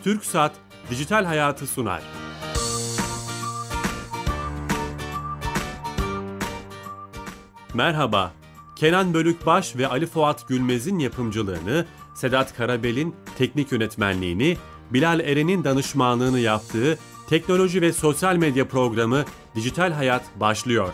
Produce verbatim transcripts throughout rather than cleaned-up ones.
TürkSat Dijital Hayatı sunar. Merhaba, Kenan Bölükbaş ve Ali Fuat Gülmez'in yapımcılığını, Sedat Karabel'in teknik yönetmenliğini, Bilal Eren'in danışmanlığını yaptığı teknoloji ve sosyal medya programı Dijital Hayat başlıyor.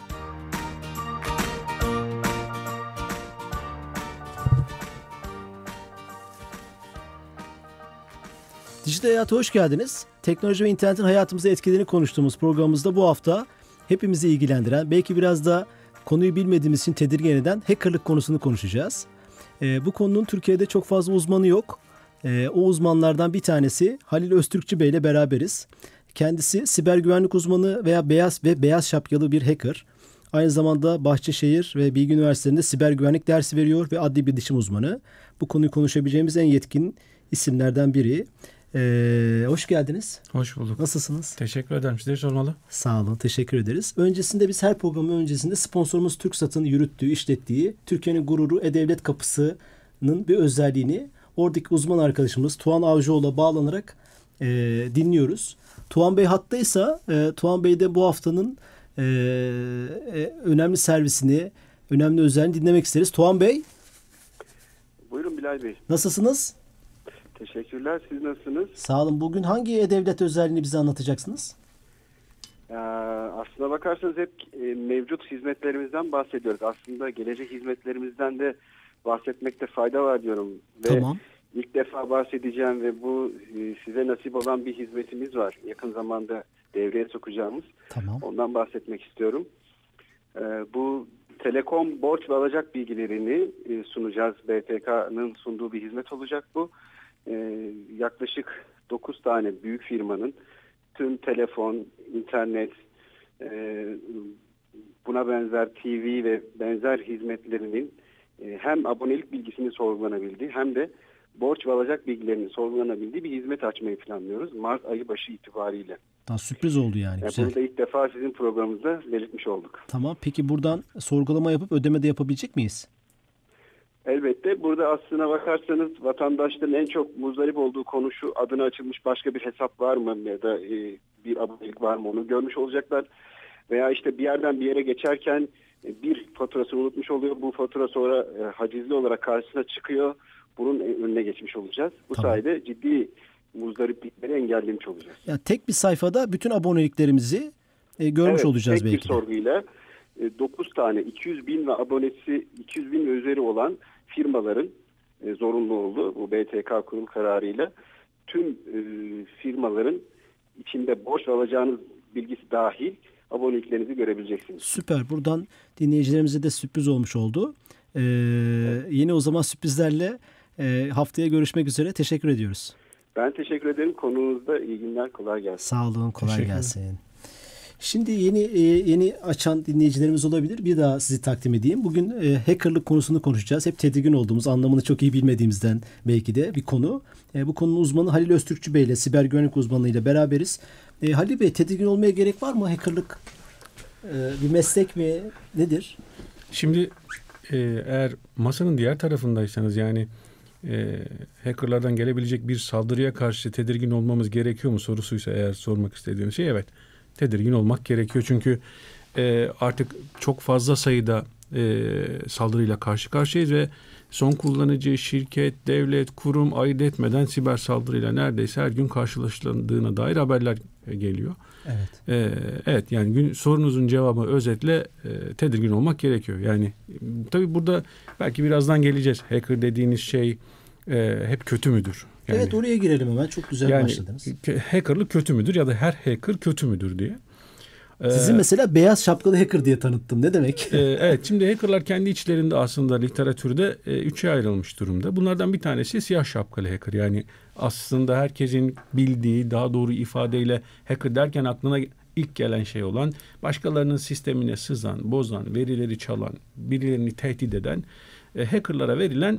Dijital Hayat'a hoş geldiniz. Teknoloji ve internetin hayatımıza etkilerini konuştuğumuz programımızda bu hafta hepimizi ilgilendiren, belki biraz da konuyu bilmediğimiz için tedirgin eden hackerlık konusunu konuşacağız. Ee, bu konunun Türkiye'de çok fazla uzmanı yok. Ee, o uzmanlardan bir tanesi Halil Öztürkçü Bey ile beraberiz. Kendisi siber güvenlik uzmanı veya beyaz ve beyaz şapkalı bir hacker. Aynı zamanda Bahçeşehir ve Bilgi Üniversitesi'nde siber güvenlik dersi veriyor ve adli bilişim uzmanı. Bu konuyu konuşabileceğimiz en yetkin isimlerden biri. Ee, hoş geldiniz. Hoş bulduk. Nasılsınız? Teşekkür ederim. Sizleri sormalı. Sağ olun. Teşekkür ederiz. Öncesinde biz her programın öncesinde sponsorumuz TürkSat'ın yürüttüğü, işlettiği Türkiye'nin gururu E-Devlet Kapısı'nın bir özelliğini oradaki uzman arkadaşımız Tuğan Avcıoğlu'na bağlanarak e, dinliyoruz. Tuğan Bey hattaysa e, Tuğan Bey de bu haftanın e, e, önemli servisini, önemli özelliğini dinlemek isteriz. Tuğan Bey. Buyurun Bilal Bey. Nasılsınız? Teşekkürler. Siz nasılsınız? Sağ olun. Bugün hangi E-Devlet özelliğini bize anlatacaksınız? Ee, aslına bakarsanız hep e, mevcut hizmetlerimizden bahsediyoruz. Aslında gelecek hizmetlerimizden de bahsetmekte fayda var diyorum. Ve tamam. İlk defa bahsedeceğim ve bu e, size nasip olan bir hizmetimiz var. Yakın zamanda devreye sokacağımız. Tamam. Ondan bahsetmek istiyorum. Ee, bu Telekom borç ve alacak bilgilerini e, sunacağız. B T K'nın sunduğu bir hizmet olacak bu. Ee, yaklaşık dokuz tane büyük firmanın tüm telefon, internet, e, buna benzer T V ve benzer hizmetlerinin e, hem abonelik bilgisinin sorgulanabildiği hem de borç ve alacak bilgilerinin sorgulanabildiği bir hizmet açmayı planlıyoruz. Mart ayı başı itibariyle. Daha sürpriz oldu yani. yani güzel. Bunu da ilk defa sizin programınızda belirtmiş olduk. Tamam. Peki buradan sorgulama yapıp ödeme de yapabilecek miyiz? Elbette. Burada aslına bakarsanız vatandaşların en çok muzdarip olduğu konu şu: adına açılmış başka bir hesap var mı ya da e, bir abonelik var mı, onu görmüş olacaklar. Veya işte bir yerden bir yere geçerken e, bir faturasını unutmuş oluyor. Bu fatura sonra e, hacizli olarak karşısına çıkıyor. Bunun önüne geçmiş olacağız. Bu tamam. sayede ciddi muzdariplikleri engellemiş olacağız. Yani tek bir sayfada bütün aboneliklerimizi e, görmüş evet, olacağız belki de. Evet, tek bir sorguyla e, dokuz tane iki yüz bin ve abonesi iki yüz bin ve üzeri olan firmaların e, zorunlu olduğu bu B T K kurul kararıyla tüm e, firmaların içinde borç alacağınız bilgisi dahil aboneliklerinizi görebileceksiniz. Süper. Buradan dinleyicilerimize de sürpriz olmuş oldu. Ee, evet. Yeni o zaman sürprizlerle e, haftaya görüşmek üzere. Teşekkür ediyoruz. Ben teşekkür ederim. Konunuzda iyi günler. Kolay gelsin. Sağ olun. Kolay gelsin. Şimdi yeni yeni açan dinleyicilerimiz olabilir. Bir daha sizi takdim edeyim. Bugün e, hackerlık konusunu konuşacağız. Hep tedirgin olduğumuz, anlamını çok iyi bilmediğimizden belki de bir konu. E, bu konunun uzmanı Halil Öztürkçü Bey ile, siber güvenlik uzmanı ile beraberiz. E, Halil Bey, tedirgin olmaya gerek var mı? Hackerlık e, bir meslek mi? Nedir? Şimdi e, eğer masanın diğer tarafındaysanız, yani e, hackerlardan gelebilecek bir saldırıya karşı tedirgin olmamız gerekiyor mu sorusuysa eğer sormak istediğiniz şey, evet. Tedirgin olmak gerekiyor. Çünkü e, artık çok fazla sayıda e, saldırıyla karşı karşıyayız ve son kullanıcı, şirket, devlet, kurum ayırt etmeden siber saldırıyla neredeyse her gün karşılaşıldığına dair haberler geliyor. Evet. E, evet yani gün, sorunuzun cevabı özetle e, tedirgin olmak gerekiyor. Yani tabii burada belki birazdan geleceğiz. Hacker dediğiniz şey e, hep kötü müdür? Yani, evet, oraya girelim hemen. Çok güzel yani, başladınız. Hackerlık kötü müdür ya da her hacker kötü müdür diye. Sizi ee, mesela beyaz şapkalı hacker diye tanıttım. Ne demek? e, evet, şimdi hackerlar kendi içlerinde aslında literatürde e, üçe ayrılmış durumda. Bunlardan bir tanesi siyah şapkalı hacker. Yani aslında herkesin bildiği, daha doğru ifadeyle hacker derken aklına ilk gelen şey olan, başkalarının sistemine sızan, bozan, verileri çalan, birilerini tehdit eden e, hackerlara verilen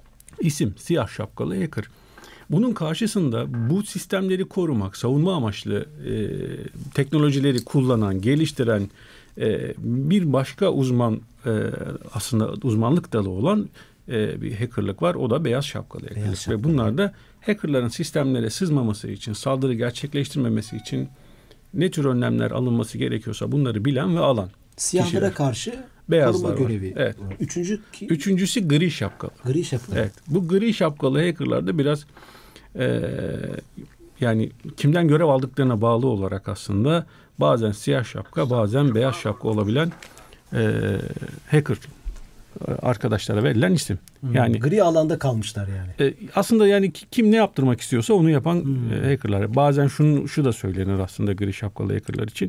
isim siyah şapkalı hacker. Bunun karşısında bu sistemleri korumak, savunma amaçlı e, teknolojileri kullanan, geliştiren e, bir başka uzman, e, aslında uzmanlık dalı olan e, bir hackerlık var. O da beyaz şapkalı hackerlık. Beyaz şapkalı. Ve bunlar da hackerların sistemlere sızmaması için, saldırı gerçekleştirmemesi için ne tür önlemler alınması gerekiyorsa bunları bilen ve alan Siyahlara kişiler. karşı Beyazlar koruma var. görevi. Evet. Üçüncü ki? Üçüncüsü gri şapkalı. Gri şapkalı. Evet. Bu gri şapkalı hackerlarda biraz e, yani kimden görev aldıklarına bağlı olarak aslında bazen siyah şapka, bazen beyaz şapka olabilen e, hacker arkadaşlara verilen isim. Hmm, Yani gri alanda kalmışlar yani. e, aslında yani kim ne yaptırmak istiyorsa onu yapan Hmm. e, hackerlar. Bazen şunu şu da söylenir aslında gri şapkalı hackerlar için.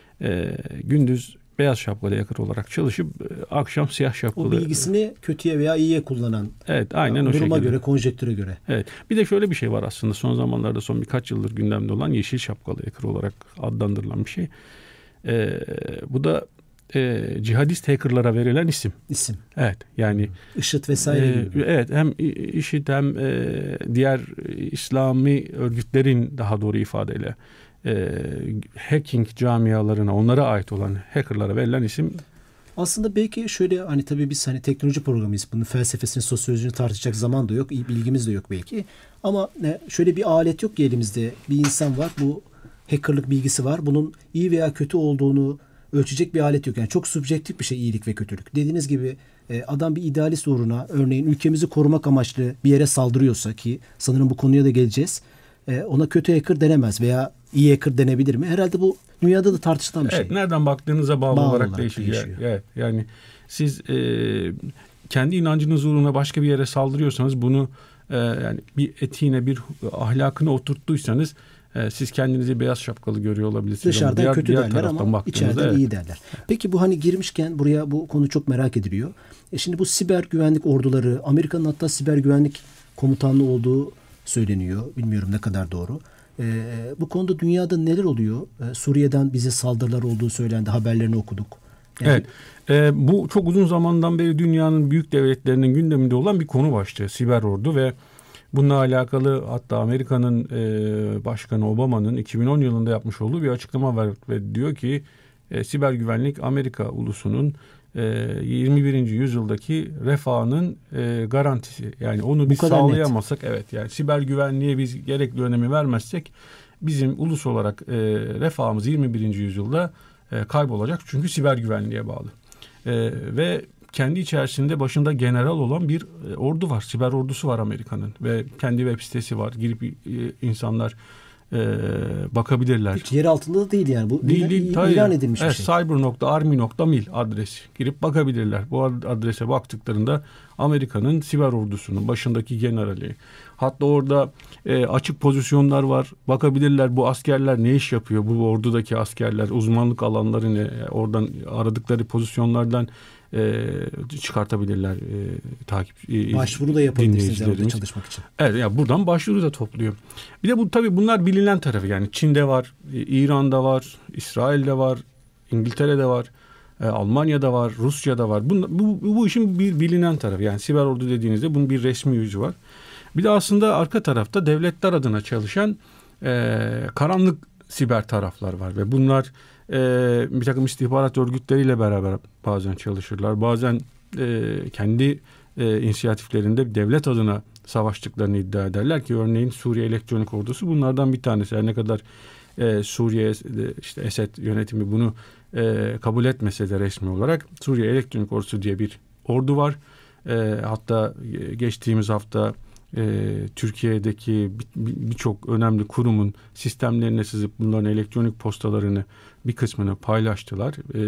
E, gündüz beyaz şapkalı hacker olarak çalışıp e, akşam siyah şapkalı. O bilgisini kötüye veya iyiye kullanan. Evet, aynen o duruma şekilde. göre, konjektüre göre. Evet. Bir de şöyle bir şey var aslında son zamanlarda son birkaç yıldır gündemde olan yeşil şapkalı hacker olarak adlandırılan bir şey. Ee, bu da e, cihadist hackerlara verilen isim. İsim. Evet. Yani IŞİD vesaire e, gibi. evet hem IŞİD hem e, diğer İslami örgütlerin daha doğru ifadeyle e, hacking camialarına onlara ait olan hackerlara verilen isim. Aslında belki şöyle hani tabii biz hani teknoloji programıyız. Bunun felsefesini, sosyolojisini tartışacak zaman da yok. İyi bilgimiz de yok belki. Ama ne, şöyle bir alet yok ki elimizde. Bir insan var. Bu hackerlık bilgisi var. Bunun iyi veya kötü olduğunu ölçecek bir alet yok. Yani çok subjektif bir şey iyilik ve kötülük. Dediğiniz gibi e, adam bir idealist uğruna örneğin ülkemizi korumak amaçlı bir yere saldırıyorsa ki sanırım bu konuya da geleceğiz. E, ona kötü hacker denemez veya iyi hacker denebilir mi? Herhalde bu dünyada da tartışılan bir Evet, şey. nereden baktığınıza bağlı, Bağlı olarak, olarak değişiyor. değişiyor. Evet, yani siz e, kendi inancınız uğruna başka bir yere saldırıyorsanız bunu e, yani bir etiğine, bir ahlakına oturttuysanız e, siz kendinizi beyaz şapkalı görüyor olabilirsiniz. Dışarıdan diğer, kötü diğer derler taraftan ama baktığınızda, içeriden evet. iyi derler. Peki bu hani girmişken buraya bu konu çok merak ediliyor. E şimdi bu siber güvenlik orduları, Amerika'nın hatta siber güvenlik komutanlığı olduğu söyleniyor. Bilmiyorum ne kadar doğru. E, bu konuda dünyada neler oluyor? E, Suriye'den bize saldırılar olduğu söylendi. Haberlerini okuduk. Yani, Evet. E, bu çok uzun zamandan beri dünyanın büyük devletlerinin gündeminde olan bir konu başlığı. Siber ordu ve bununla alakalı hatta Amerika'nın e, Başkanı Obama'nın iki bin on yılında yapmış olduğu bir açıklama var ve diyor ki e, siber güvenlik Amerika ulusunun e, yirmi birinci yüzyıldaki refahının e, garantisi. Yani onu biz sağlayamazsak net. Evet yani siber güvenliğe biz gerekli önemi vermezsek bizim ulus olarak e, refahımız yirmi birinci yüzyılda e, kaybolacak. Çünkü siber güvenliğe bağlı. E, ve kendi içerisinde başında general olan bir e, ordu var. Siber ordusu var Amerika'nın ve kendi web sitesi var. Girip e, insanlar e, bakabilirler. hiç yer altında da değil yani. Bu Değil, ilan, değil, ilan edilmiş evet, bir şey. cyber nokta army nokta mil adresi. Girip bakabilirler. Bu adrese baktıklarında Amerika'nın siber ordusunun başındaki generali. Hatta orada e, açık pozisyonlar var. Bakabilirler bu askerler ne iş yapıyor? Bu ordudaki askerler uzmanlık alanları ne? Oradan aradıkları pozisyonlardan e, çıkartabilirler e, takip e, başvuru da yapabilirsiniz orada çalışmak için. Evet ya yani buradan başvuru da topluyor. Bir de bu tabii bunlar bilinen tarafı yani Çin'de var, İran'da var, İsrail'de var, İngiltere'de var, e, Almanya'da var, Rusya'da var. Bu, bu, bu işin bir bilinen tarafı yani siber ordu dediğinizde bunun bir resmi yüzü var. Bir de aslında arka tarafta devletler adına çalışan e, karanlık siber taraflar var ve bunlar e, bir takım istihbarat örgütleriyle beraber bazen çalışırlar. Bazen e, kendi e, inisiyatiflerinde devlet adına savaştıklarını iddia ederler ki örneğin Suriye Elektronik Ordusu bunlardan bir tanesi. Her ne kadar e, Suriye işte Esed yönetimi bunu e, kabul etmese de resmi olarak Suriye Elektronik Ordusu diye bir ordu var. E, hatta geçtiğimiz hafta e, Türkiye'deki birçok bir önemli kurumun sistemlerine sızıp bunların elektronik postalarını bir kısmını paylaştılar e,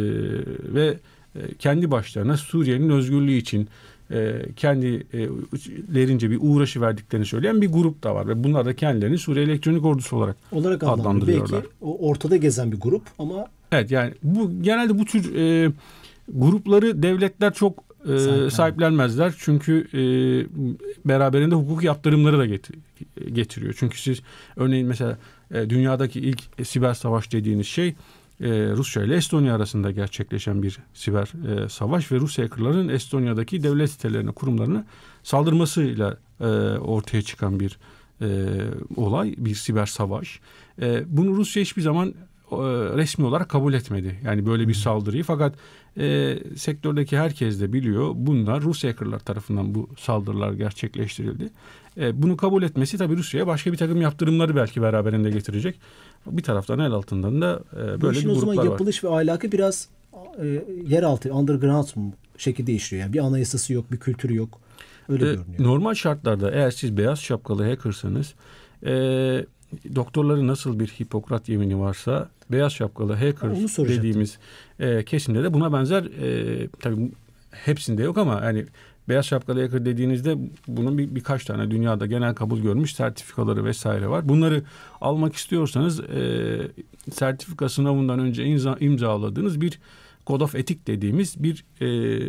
ve e, kendi başlarına Suriye'nin özgürlüğü için e, kendilerince bir uğraşı verdiklerini söyleyen bir grup da var ve bunlar da kendilerini Suriye Elektronik Ordusu olarak, olarak adlandırıyorlar. Belki o ortada gezen bir grup ama evet yani bu genelde bu tür e, grupları devletler çok e, sahiplenmezler çünkü e, beraberinde hukuk yaptırımları da getir, getiriyor. Çünkü siz örneğin mesela e, dünyadaki ilk e, siber savaş dediğiniz şey e, Rusya ile Estonya arasında gerçekleşen bir siber e, savaş ve Rus hackerların Estonya'daki devlet sitelerine, kurumlarına saldırmasıyla e, ortaya çıkan bir e, olay, bir siber savaş. E, bunu Rusya hiçbir zaman resmi olarak kabul etmedi. Yani böyle bir saldırıyı. Fakat e, sektördeki herkes de biliyor. Bunlar Rus hackerlar tarafından bu saldırılar gerçekleştirildi. E, bunu kabul etmesi tabii Rusya'ya başka bir takım yaptırımları belki beraberinde getirecek. Bir taraftan el altından da e, böyle bir gruplar var. O zaman yapılış ve ahlakı biraz e, yeraltı, underground şekilde işliyor. Yani bir anayasası yok, bir kültürü yok. Öyle e, görünüyor. Normal şartlarda eğer siz beyaz şapkalı hackersanız e, doktorların nasıl bir Hipokrat yemini varsa beyaz şapkalı hacker dediğimiz e, kesimde de buna benzer e, tabii hepsinde yok ama yani beyaz şapkalı hacker dediğinizde bunun bir, birkaç tane dünyada genel kabul görmüş sertifikaları vesaire var. Bunları almak istiyorsanız e, sertifika sınavından önce imza, imzaladığınız bir Code of Ethics dediğimiz bir e,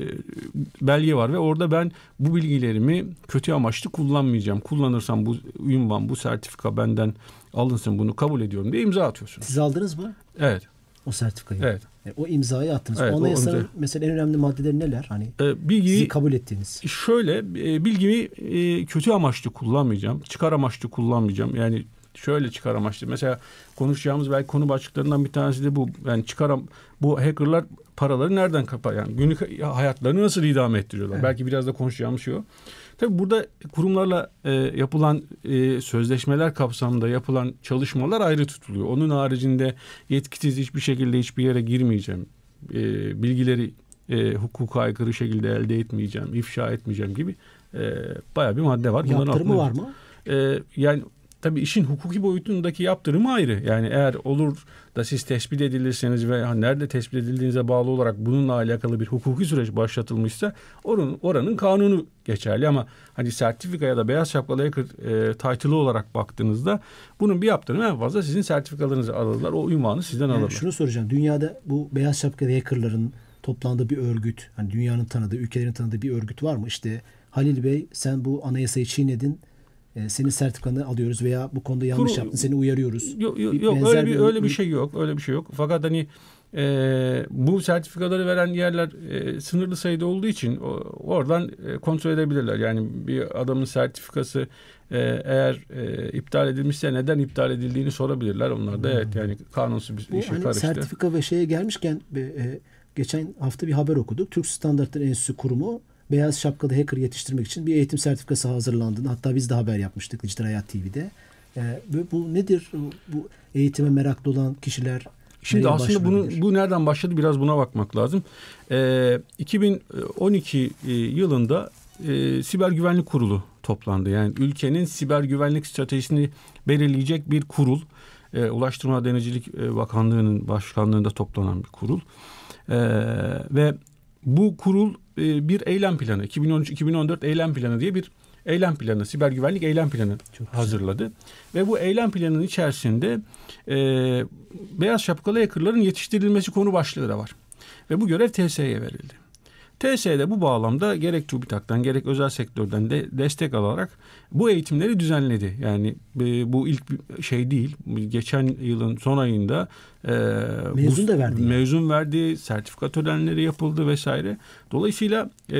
belge var ve orada ben bu bilgilerimi kötü amaçlı kullanmayacağım. Kullanırsam bu ünvan, bu sertifika benden alınsın, bunu kabul ediyorum diye imza atıyorsunuz. Siz aldınız mı? Evet. O sertifikayı. Evet. Yani o imzayı attınız. Evet, o anayasanın imza... mesela en önemli maddeleri neler? Hani e, bilgiyi, sizin kabul ettiğiniz. Şöyle e, bilgimi e, kötü amaçlı kullanmayacağım. Çıkar amaçlı kullanmayacağım. Yani şöyle çıkar amaçlı. Mesela konuşacağımız belki konu başlıklarından bir tanesi de bu. Yani çıkaram bu hackerlar paraları nereden kapar? Yani günlük hayatlarını nasıl idame ettiriyorlar? Evet. Belki biraz da konuşacağımız şey o. Tabii burada kurumlarla e, yapılan e, sözleşmeler kapsamında yapılan çalışmalar ayrı tutuluyor. Onun haricinde yetkisiz hiçbir şekilde hiçbir yere girmeyeceğim. E, bilgileri e, hukuka aykırı şekilde elde etmeyeceğim, ifşa etmeyeceğim gibi e, bayağı bir madde var. Bunların yaptırımı var mı? E, yani tabii işin hukuki boyutundaki yaptırımı ayrı. Yani eğer olur da siz tespit edilirseniz ve nerede tespit edildiğinize bağlı olarak bununla alakalı bir hukuki süreç başlatılmışsa oranın, oranın kanunu geçerli. Ama hani sertifika ya da beyaz şapkalı hacker e, title'ı olarak baktığınızda bunun bir yaptırımı en fazla sizin sertifikalarınızı alırlar. O ünvanı sizden yani alırlar. Şunu soracağım. Dünyada bu beyaz şapkalı hackerların toplandığı bir örgüt, hani dünyanın tanıdığı, ülkelerin tanıdığı bir örgüt var mı? İşte Halil Bey sen bu anayasayı çiğnedin. Senin sertifikanı alıyoruz veya bu konuda yanlış Kuru, yaptın, seni uyarıyoruz. Yok yok, yok öyle bir, bir öyle bir şey yok. Öyle bir şey yok. Fakat hani e, bu sertifikaları veren yerler e, sınırlı sayıda olduğu için o, oradan e, kontrol edebilirler. Yani bir adamın sertifikası e, eğer e, iptal edilmişse neden iptal edildiğini sorabilirler. Onlar da hmm. evet yani kanunsuz bir işe hani karıştı. Sertifika ve şeye gelmişken e, geçen hafta bir haber okuduk. Türk Standartları Enstitüsü Kurumu beyaz şapkalı hacker yetiştirmek için bir eğitim sertifikası hazırlandığını, hatta biz de haber yapmıştık Dijital Hayat T V'de. Ee, bu nedir? Bu eğitime meraklı olan kişiler Şimdi aslında bunu, bu nereden başladı biraz buna bakmak lazım. Ee, iki bin on iki yılında e, Siber Güvenlik Kurulu toplandı. Yani ülkenin siber güvenlik stratejisini belirleyecek bir kurul. E, Ulaştırma Denetçilik Bakanlığı'nın başkanlığında toplanan bir kurul. E, ve bu kurul e, bir eylem planı, iki bin on üç iki bin on dört eylem planı diye bir eylem planı, siber güvenlik eylem planı Çok hazırladı. Güzel. Ve bu eylem planının içerisinde e, beyaz şapkalı hackerların yetiştirilmesi konu başlığı da var. Ve bu görev T S E'ye verildi. T S E de bu bağlamda gerek TÜBİTAK'tan gerek özel sektörden de destek alarak bu eğitimleri düzenledi. Yani e, bu ilk şey değil. Geçen yılın son ayında e, mezun bu, da verdi. Mezun yani. verdi, sertifika törenleri yapıldı vesaire. Dolayısıyla e,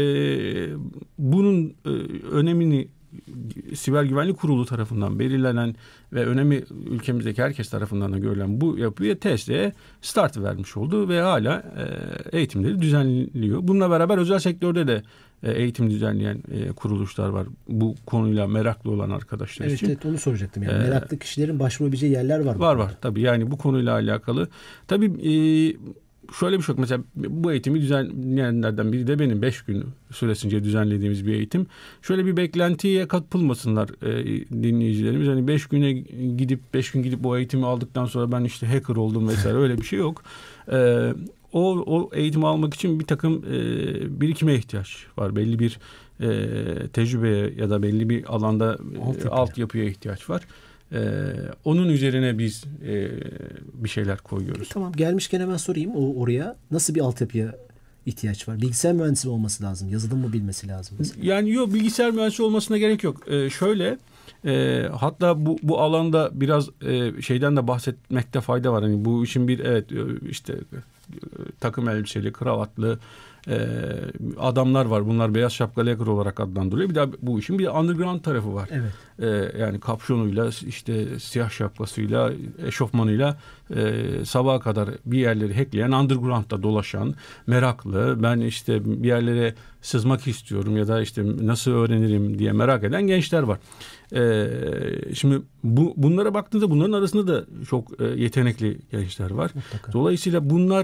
bunun e, önemini Siber Güvenlik Kurulu tarafından belirlenen ve önemi ülkemizdeki herkes tarafından da görülen bu yapıya T S E'ye start vermiş oldu ve hala e, eğitimleri düzenliyor. Bununla beraber özel sektörde de e, eğitim düzenleyen e, kuruluşlar var. Bu konuyla meraklı olan arkadaşlar evet, için. Evet, onu soracaktım. Yani ee, meraklı kişilerin başvurabileceği yerler var mı? Var var tabii. Yani bu konuyla alakalı. Tabii e, şöyle bir şey yok. Mesela bu eğitimi düzenleyenlerden biri de benim beş gün süresince düzenlediğimiz bir eğitim. Şöyle bir beklentiye kapılmasınlar e, dinleyicilerimiz. Hani beş güne gidip beş gün gidip o eğitimi aldıktan sonra ben işte hacker oldum vesaire öyle bir şey yok. E, o, o eğitimi almak için bir takım e, birikime ihtiyaç var. Belli bir e, tecrübeye ya da belli bir alanda e, altyapıya ihtiyaç var. Ee, onun üzerine biz e, bir şeyler koyuyoruz. Tamam, gelmişken hemen sorayım o oraya nasıl bir altyapıya ihtiyaç var? Bilgisayar mühendisi olması lazım, yazılım mı bilmesi lazım mesela? Yani yok, bilgisayar mühendisi olmasına gerek yok. Ee, şöyle e, hatta bu bu alanda biraz e, şeyden de bahsetmekte fayda var. Hani bu işin bir evet işte takım elbiseli, kravatlı e, adamlar var. Bunlar beyaz şapkalı hacker olarak adlandırılıyor. Bir de bu işin bir underground tarafı var. Evet. E, yani kapşonuyla, işte siyah şapkasıyla, eşofmanıyla e, sabaha kadar bir yerleri hackleyen, underground'da dolaşan, meraklı, ben işte bir yerlere sızmak istiyorum ya da işte nasıl öğrenirim diye merak eden gençler var. Ee, şimdi bu, bunlara baktığında bunların arasında da çok e, yetenekli gençler var. Mutlaka. Dolayısıyla bunlar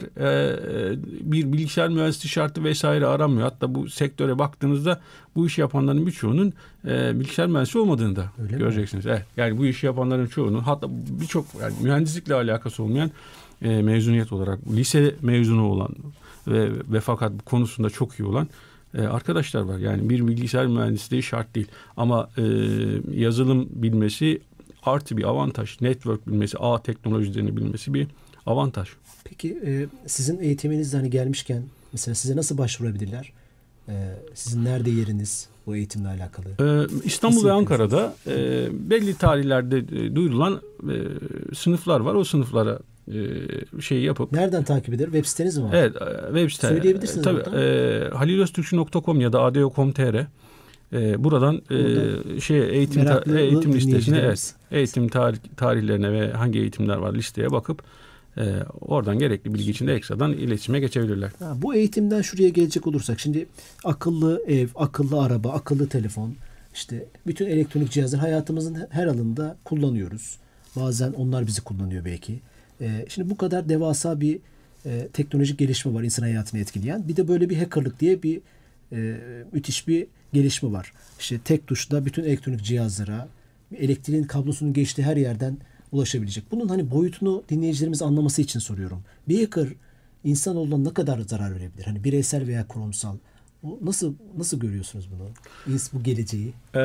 e, bir bilgisayar mühendisliği şartı vesaire aranmıyor. Hatta bu sektöre baktığınızda bu işi yapanların birçoğunun e, bilgisayar mühendisi olmadığını da Öyle göreceksiniz. Evet, yani bu işi yapanların çoğunun, hatta birçok yani mühendislikle alakası olmayan e, mezuniyet olarak lise mezunu olan ve, ve fakat bu konusunda çok iyi olan arkadaşlar var. Yani bir bilgisayar mühendisliği şart değil. Ama e, yazılım bilmesi artı bir avantaj. Network bilmesi, ağ teknolojilerini bilmesi bir avantaj. Peki e, sizin eğitiminizde hani gelmişken mesela size nasıl başvurabilirler? E, sizin nerede yeriniz bu eğitimle alakalı? Ee, İstanbul Nasıl ve Ankara'da e, belli tarihlerde e, duyurulan e, sınıflar var. O sınıflara e, şeyi yapıp. Nereden takip eder? Web siteniz mi var? Evet, web site. Söyleyebilirsiniz. Tabii. E, haliloztürkçü nokta com ya da a d o nokta com nokta t r e, buradan e, şey eğitim ta, eğitim listesine, evet, eğitim tarih, tarihlerine ve hangi eğitimler var listeye bakıp e, oradan gerekli bilgi için de ekstradan iletişime geçebilirler. Ha, bu eğitimden şuraya gelecek olursak şimdi akıllı ev, akıllı araba, akıllı telefon, işte bütün elektronik cihazlar hayatımızın her alanında kullanıyoruz. Bazen onlar bizi kullanıyor belki. E, şimdi bu kadar devasa bir e, teknolojik gelişme var insan hayatını etkileyen. Bir de böyle bir hackerlık diye bir e, müthiş bir gelişme var. İşte tek tuşla bütün elektronik cihazlara, elektriğin kablosunun geçtiği her yerden ulaşabilecek. Bunun hani boyutunu dinleyicilerimiz anlaması için soruyorum. Bir hacker insanoğluna ne kadar zarar verebilir? Hani bireysel veya kurumsal. Bu nasıl nasıl görüyorsunuz bunu? Bu geleceği? Ee,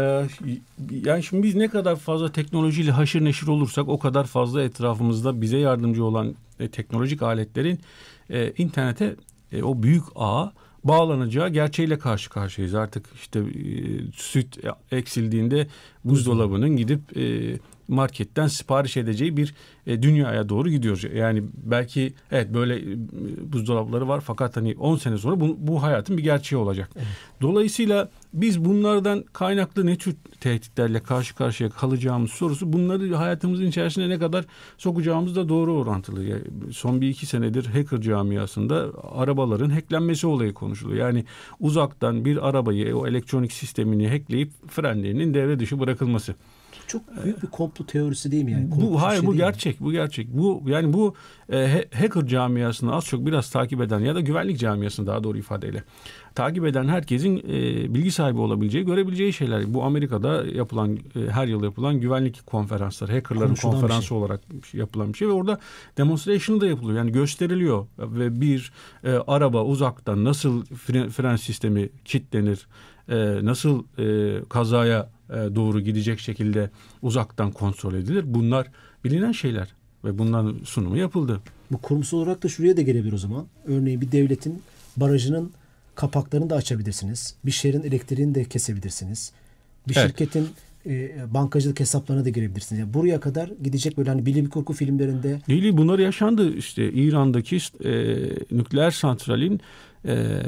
yani şimdi biz ne kadar fazla teknolojiyle haşır neşir olursak o kadar fazla etrafımızda bize yardımcı olan e, teknolojik aletlerin e, internete e, o büyük ağa bağlanacağı gerçeğiyle karşı karşıyayız. Artık işte e, süt eksildiğinde buzdolabının gidip e, marketten sipariş edeceği bir e, dünyaya doğru gidiyoruz. Yani belki evet böyle e, buzdolapları var fakat hani on sene sonra bu, bu hayatın bir gerçeği olacak. Evet. Dolayısıyla biz bunlardan kaynaklı ne tür tehditlerle karşı karşıya kalacağımız sorusu, bunları hayatımızın içerisine ne kadar sokacağımız da doğru orantılı. Yani son bir iki senedir hacker camiasında arabaların hacklenmesi olayı konuşuluyor. Yani uzaktan bir arabayı, o elektronik sistemini hackleyip frenlerinin devre dışı bırakılması. Çok büyük bir komplo teorisi değil mi yani? Bu hayır şey bu gerçek, mi? bu gerçek. Bu yani bu e, hacker camiasını az çok biraz takip eden ya da güvenlik camiasını daha doğru ifadeyle takip eden herkesin e, bilgi sahibi olabileceği, görebileceği şeyler. Bu Amerika'da yapılan, e, her yıl yapılan güvenlik konferansları, hackerların Konuşulan konferansı şey. olarak yapılan bir şey ve orada demonstration'ı da yapılıyor. Yani gösteriliyor ve bir e, araba uzaktan nasıl fren, fren sistemi kilitlenir, e, nasıl e, kazaya doğru gidecek şekilde uzaktan kontrol edilir. Bunlar bilinen şeyler ve bundan sunumu yapıldı. Bu kurumsal olarak da şuraya da gelebilir o zaman. Örneğin bir devletin barajının kapaklarını da açabilirsiniz. Bir şehrin elektriğini de kesebilirsiniz. Bir evet. şirketin e, bankacılık hesaplarına da girebilirsiniz. Yani buraya kadar gidecek böyle hani bilim kurgu filmlerinde. Değil, bunlar yaşandı. İşte İran'daki e, nükleer santralin e,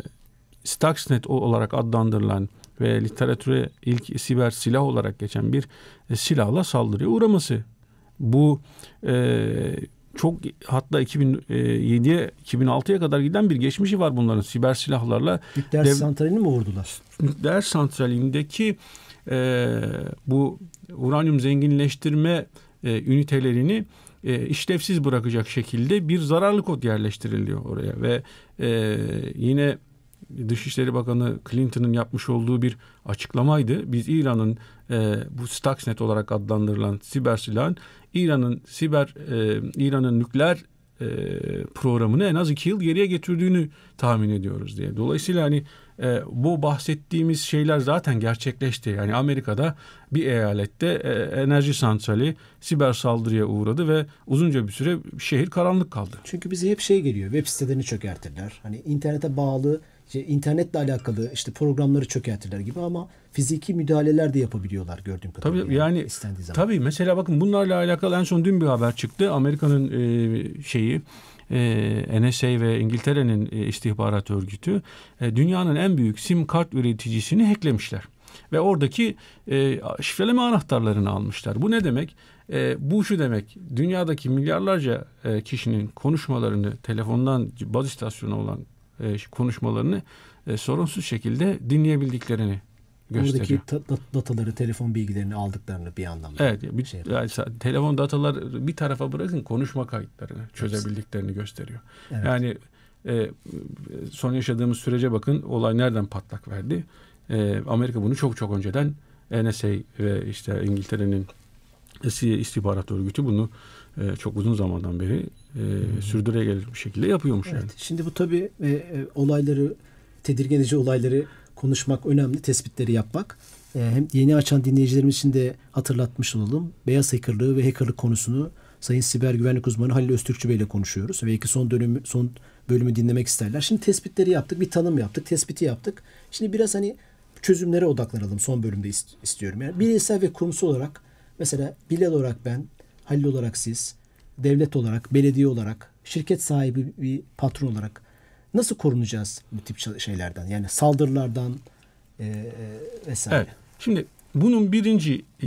Stuxnet olarak adlandırılan ve literatüre ilk siber silah olarak geçen bir e, silahla saldırıya uğraması. Bu e, çok hatta iki bin yediye iki bin altıya kadar giden bir geçmişi var bunların siber silahlarla. Nükleer dev, santralini mi vurdular? Nükleer santralindeki e, bu uranyum zenginleştirme e, ünitelerini e, işlevsiz bırakacak şekilde bir zararlı kod yerleştiriliyor oraya ve e, yine Dışişleri Bakanı Clinton'ın yapmış olduğu bir açıklamaydı. Biz İran'ın e, bu Stuxnet olarak adlandırılan siber silahın İran'ın siber e, İran'ın nükleer e, programını en az iki yıl geriye getirdiğini tahmin ediyoruz diye. Dolayısıyla hani e, bu bahsettiğimiz şeyler zaten gerçekleşti. Yani Amerika'da bir eyalette e, enerji santrali siber saldırıya uğradı ve uzunca bir süre şehir karanlık kaldı. Çünkü bize hep şey geliyor. Web sitelerini çökertirler. Hani internete bağlı, işte internetle alakalı işte programları çökertirler gibi ama fiziki müdahaleler de yapabiliyorlar gördüğüm kadarıyla. Tabii yani, yani tabii mesela bakın bunlarla alakalı en son dün bir haber çıktı. Amerika'nın e, şeyi e, N S A ve İngiltere'nin e, istihbarat örgütü e, dünyanın en büyük sim kart üreticisini hacklemişler. Ve oradaki e, şifreleme anahtarlarını almışlar. Bu ne demek? E, bu şu demek, dünyadaki milyarlarca e, kişinin konuşmalarını, telefondan baz istasyonu olan e, konuşmalarını e, sorunsuz şekilde dinleyebildiklerini gösteriyor. Oradaki ta- dataları, telefon bilgilerini aldıklarını bir anlamda. Evet, bir, şey yani, telefon datalar bir tarafa bırakın, konuşma kayıtlarını çözebildiklerini gösteriyor. Evet. Yani e, son yaşadığımız sürece bakın, olay nereden patlak verdi? E, Amerika bunu çok çok önceden, N S A ve işte İngiltere'nin istihbarat örgütü bunu e, çok uzun zamandan beri e, sürdürülebilir bir şekilde yapıyormuş. Evet. Yani. Şimdi bu tabii e, e, olayları, tedirgin edici olayları konuşmak önemli, tespitleri yapmak. E, hem yeni açan dinleyicilerimiz için de hatırlatmış olalım. Beyaz hackerlığı ve hackerlık konusunu Sayın Siber Güvenlik Uzmanı Halil Öztürkçü Bey ile konuşuyoruz. Belki son dönümü, son bölümü dinlemek isterler. Şimdi tespitleri yaptık, bir tanım yaptık, tespiti yaptık. Şimdi biraz hani çözümlere odaklanalım, son bölümde ist- istiyorum. Yani bireysel ve kurumsal olarak, mesela Bilal olarak ben, Halil olarak siz, devlet olarak, belediye olarak, şirket sahibi bir patron olarak nasıl korunacağız bu tip şeylerden? Yani saldırılardan e, e, vesaire. Evet. Şimdi bunun birinci e,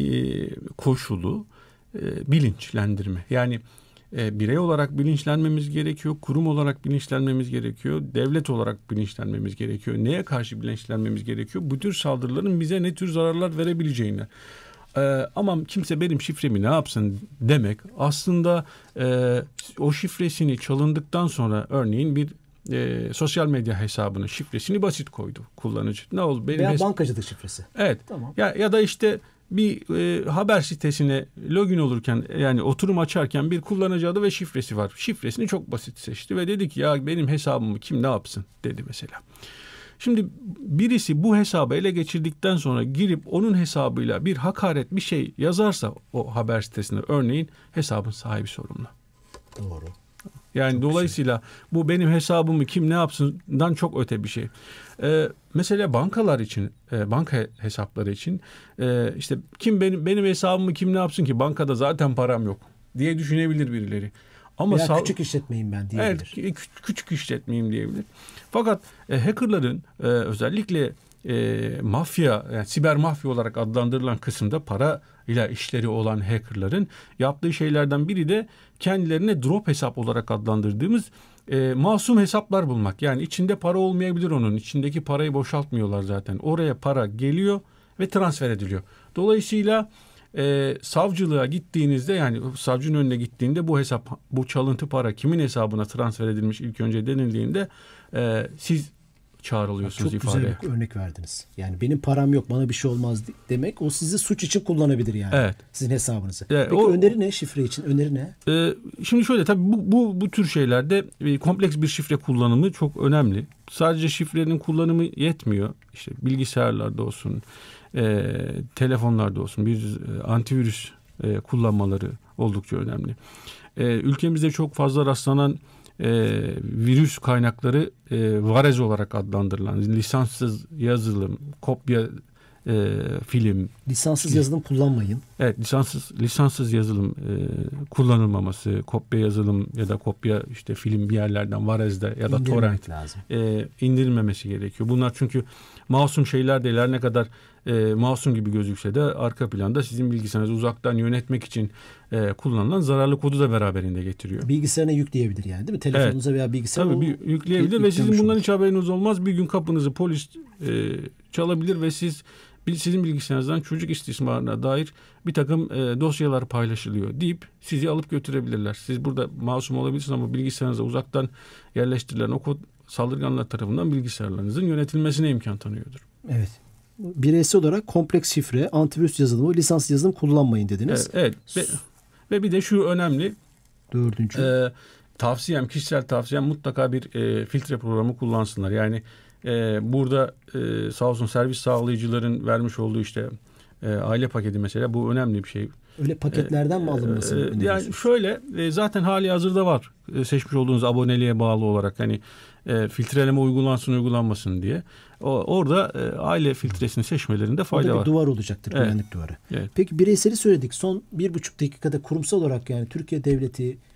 koşulu e, bilinçlendirme. Yani e, birey olarak bilinçlenmemiz gerekiyor, kurum olarak bilinçlenmemiz gerekiyor, devlet olarak bilinçlenmemiz gerekiyor. Neye karşı bilinçlenmemiz gerekiyor? Bu tür saldırıların bize ne tür zararlar verebileceğine. Ee, ama kimse benim şifremi ne yapsın demek, aslında e, o şifresini çalındıktan sonra örneğin bir e, sosyal medya hesabının şifresini basit koydu kullanıcı. Ne oldu? Benim Veya hes- bankacılık şifresi. Evet. Tamam. Ya, ya da işte bir e, haber sitesine login olurken, yani oturum açarken bir kullanıcı adı ve şifresi var. Şifresini çok basit seçti ve dedi ki ya benim hesabımı kim ne yapsın dedi mesela. Şimdi birisi bu hesabı ele geçirdikten sonra girip onun hesabıyla bir hakaret bir şey yazarsa o haber sitesine, örneğin hesabın sahibi sorumlu. Doğru. Yani çok dolayısıyla şey. Bu benim hesabımı kim ne yapsından çok öte bir şey. Ee, mesela bankalar için, e, banka hesapları için e, işte kim benim benim hesabımı kim ne yapsın ki, bankada zaten param yok diye düşünebilir birileri. Ama Veya sağ... küçük işletmeyim ben diyebilir. Evet, küçük işletmeyim diyebilir. Fakat e, hackerların e, özellikle e, mafya, yani siber mafya olarak adlandırılan kısımda para ile işleri olan hackerların yaptığı şeylerden biri de kendilerine drop hesap olarak adlandırdığımız e, masum hesaplar bulmak. Yani içinde para olmayabilir onun. İçindeki parayı boşaltmıyorlar zaten. Oraya para geliyor ve transfer ediliyor. Dolayısıyla e, savcılığa gittiğinizde, yani savcının önüne gittiğinde bu hesap, bu çalıntı para kimin hesabına transfer edilmiş ilk önce denildiğinde e, siz çağrılıyorsunuz çok ifadeye. Çok güzel bir örnek verdiniz. Yani benim param yok, bana bir şey olmaz demek, o sizi suç için kullanabilir yani. Evet. Sizin hesabınızı. Evet, Peki o, öneri ne şifre için? Öneri ne? E, şimdi şöyle, tabii bu, bu, bu tür şeylerde e, kompleks bir şifre kullanımı çok önemli. Sadece şifrenin kullanımı yetmiyor. İşte bilgisayarlarda olsun, e, telefonlarda olsun bir e, antivirüs e, kullanmaları oldukça önemli. E, ülkemizde çok fazla rastlanan E, virüs kaynakları e, varez olarak adlandırılan lisanssız yazılım, kopya e, film. Lisanssız yazılım kullanmayın. Evet, lisanssız lisanssız yazılım e, kullanılmaması, kopya yazılım ya da kopya işte film bir yerlerden varezde ya da torrent e, indirilmemesi gerekiyor. Bunlar çünkü masum şeyler değil. Her ne kadar e, masum gibi gözükse de arka planda sizin bilgisayarınızı uzaktan yönetmek için e, kullanılan zararlı kodu da beraberinde getiriyor. Bilgisayarına yükleyebilir yani, değil mi? Telefonunuza evet. veya bilgisayarına. Tabii bir yükleyebilir ve sizin bundan hiç haberiniz olmaz. Bir gün kapınızı polis e, çalabilir ve siz sizin bilgisayarınızdan çocuk istismarına dair bir takım e, dosyalar paylaşılıyor deyip sizi alıp götürebilirler. Siz burada masum olabilirsiniz ama bilgisayarınıza uzaktan yerleştirilen o kod saldırganlar tarafından bilgisayarlarınızın yönetilmesine imkan tanıyordur. Evet. Bireysel olarak kompleks şifre, antivirüs yazılımı, lisans yazılım kullanmayın dediniz. Evet. evet. Ve, ve bir de şu önemli. Dördüncü. E, tavsiyem, kişisel tavsiyem mutlaka bir e, filtre programı kullansınlar. Yani Ee, burada e, sağ olsun servis sağlayıcıların vermiş olduğu işte e, aile paketi mesela, bu önemli bir şey. Öyle paketlerden ee, mi alınması? E, yani şöyle e, zaten hali hazırda var e, seçmiş olduğunuz aboneliğe bağlı olarak, hani e, filtreleme uygulansın uygulanmasın diye. O, orada e, aile filtresini seçmelerinde fayda var. Orada bir duvar olacaktır, evet. güvenlik duvarı. Evet. Peki bireyseli söyledik. Son bir buçuk dakikada kurumsal olarak, yani Türkiye Devleti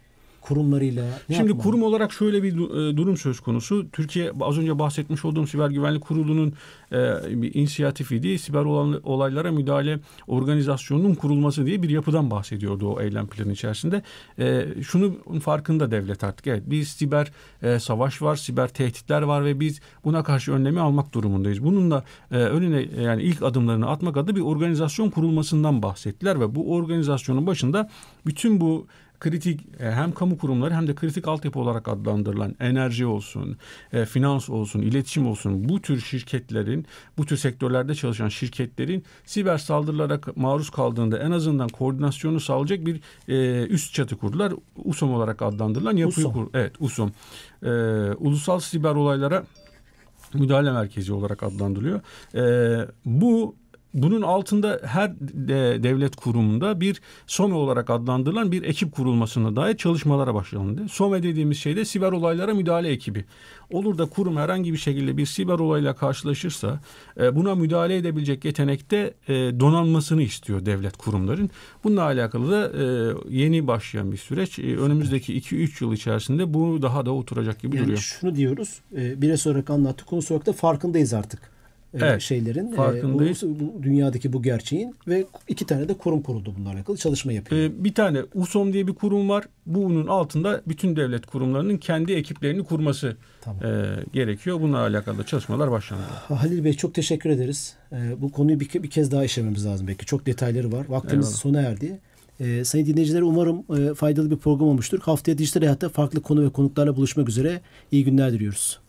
kurumlarıyla ne Şimdi yapmalı? kurum olarak şöyle bir e, durum söz konusu. Türkiye az önce bahsetmiş olduğum Siber Güvenlik Kurulu'nun e, bir inisiyatifiydi. Siber olan, olaylara müdahale organizasyonunun kurulması diye bir yapıdan bahsediyordu o eylem planı içerisinde. E, şunun farkında devlet artık. Evet, biz siber e, savaş var, siber tehditler var ve biz buna karşı önlemi almak durumundayız. Bunun da e, önüne yani ilk adımlarını atmak adına bir organizasyon kurulmasından bahsettiler ve bu organizasyonun başında bütün bu kritik hem kamu kurumları hem de kritik altyapı olarak adlandırılan enerji olsun, e, finans olsun, iletişim olsun, bu tür şirketlerin, bu tür sektörlerde çalışan şirketlerin siber saldırılara maruz kaldığında en azından koordinasyonu sağlayacak bir e, üst çatı kurdular. U S O M olarak adlandırılan yapıyı kur. Evet, U S O M. E, Ulusal Siber Olaylara Müdahale Merkezi olarak adlandırılıyor. E, bu Bunun altında her devlet kurumunda bir SOME olarak adlandırılan bir ekip kurulmasına dair çalışmalara başlandı. SOME dediğimiz şey de siber olaylara müdahale ekibi. Olur da kurum herhangi bir şekilde bir siber olayla karşılaşırsa buna müdahale edebilecek yetenekte donanmasını istiyor devlet kurumların. Bununla alakalı da yeni başlayan bir süreç. Önümüzdeki iki üç yıl içerisinde bu daha da oturacak gibi yani duruyor. Şunu diyoruz, biraz olarak anlattık, konusu olarak da farkındayız artık. Evet, şeylerin farkındayız. E, bu, dünyadaki bu gerçeğin ve iki tane de kurum kuruldu bunlarla alakalı çalışma yapıyor. Ee, bir tane U S O M diye bir kurum var. Bunun altında bütün devlet kurumlarının kendi ekiplerini kurması tamam. e, gerekiyor. Bununla alakalı çalışmalar başlandı. Halil Bey çok teşekkür ederiz. E, bu konuyu bir, bir kez daha işlememiz lazım belki. Çok detayları var. Vaktimiz Eyvallah. sona erdi. E, sayın dinleyiciler, umarım e, faydalı bir program olmuştur. Haftaya Dijital Hayat'ta farklı konu ve konuklarla buluşmak üzere. İyi günler diliyoruz.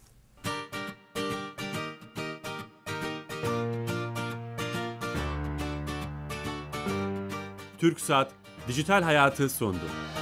TürkSat Dijital Hayatı sundu.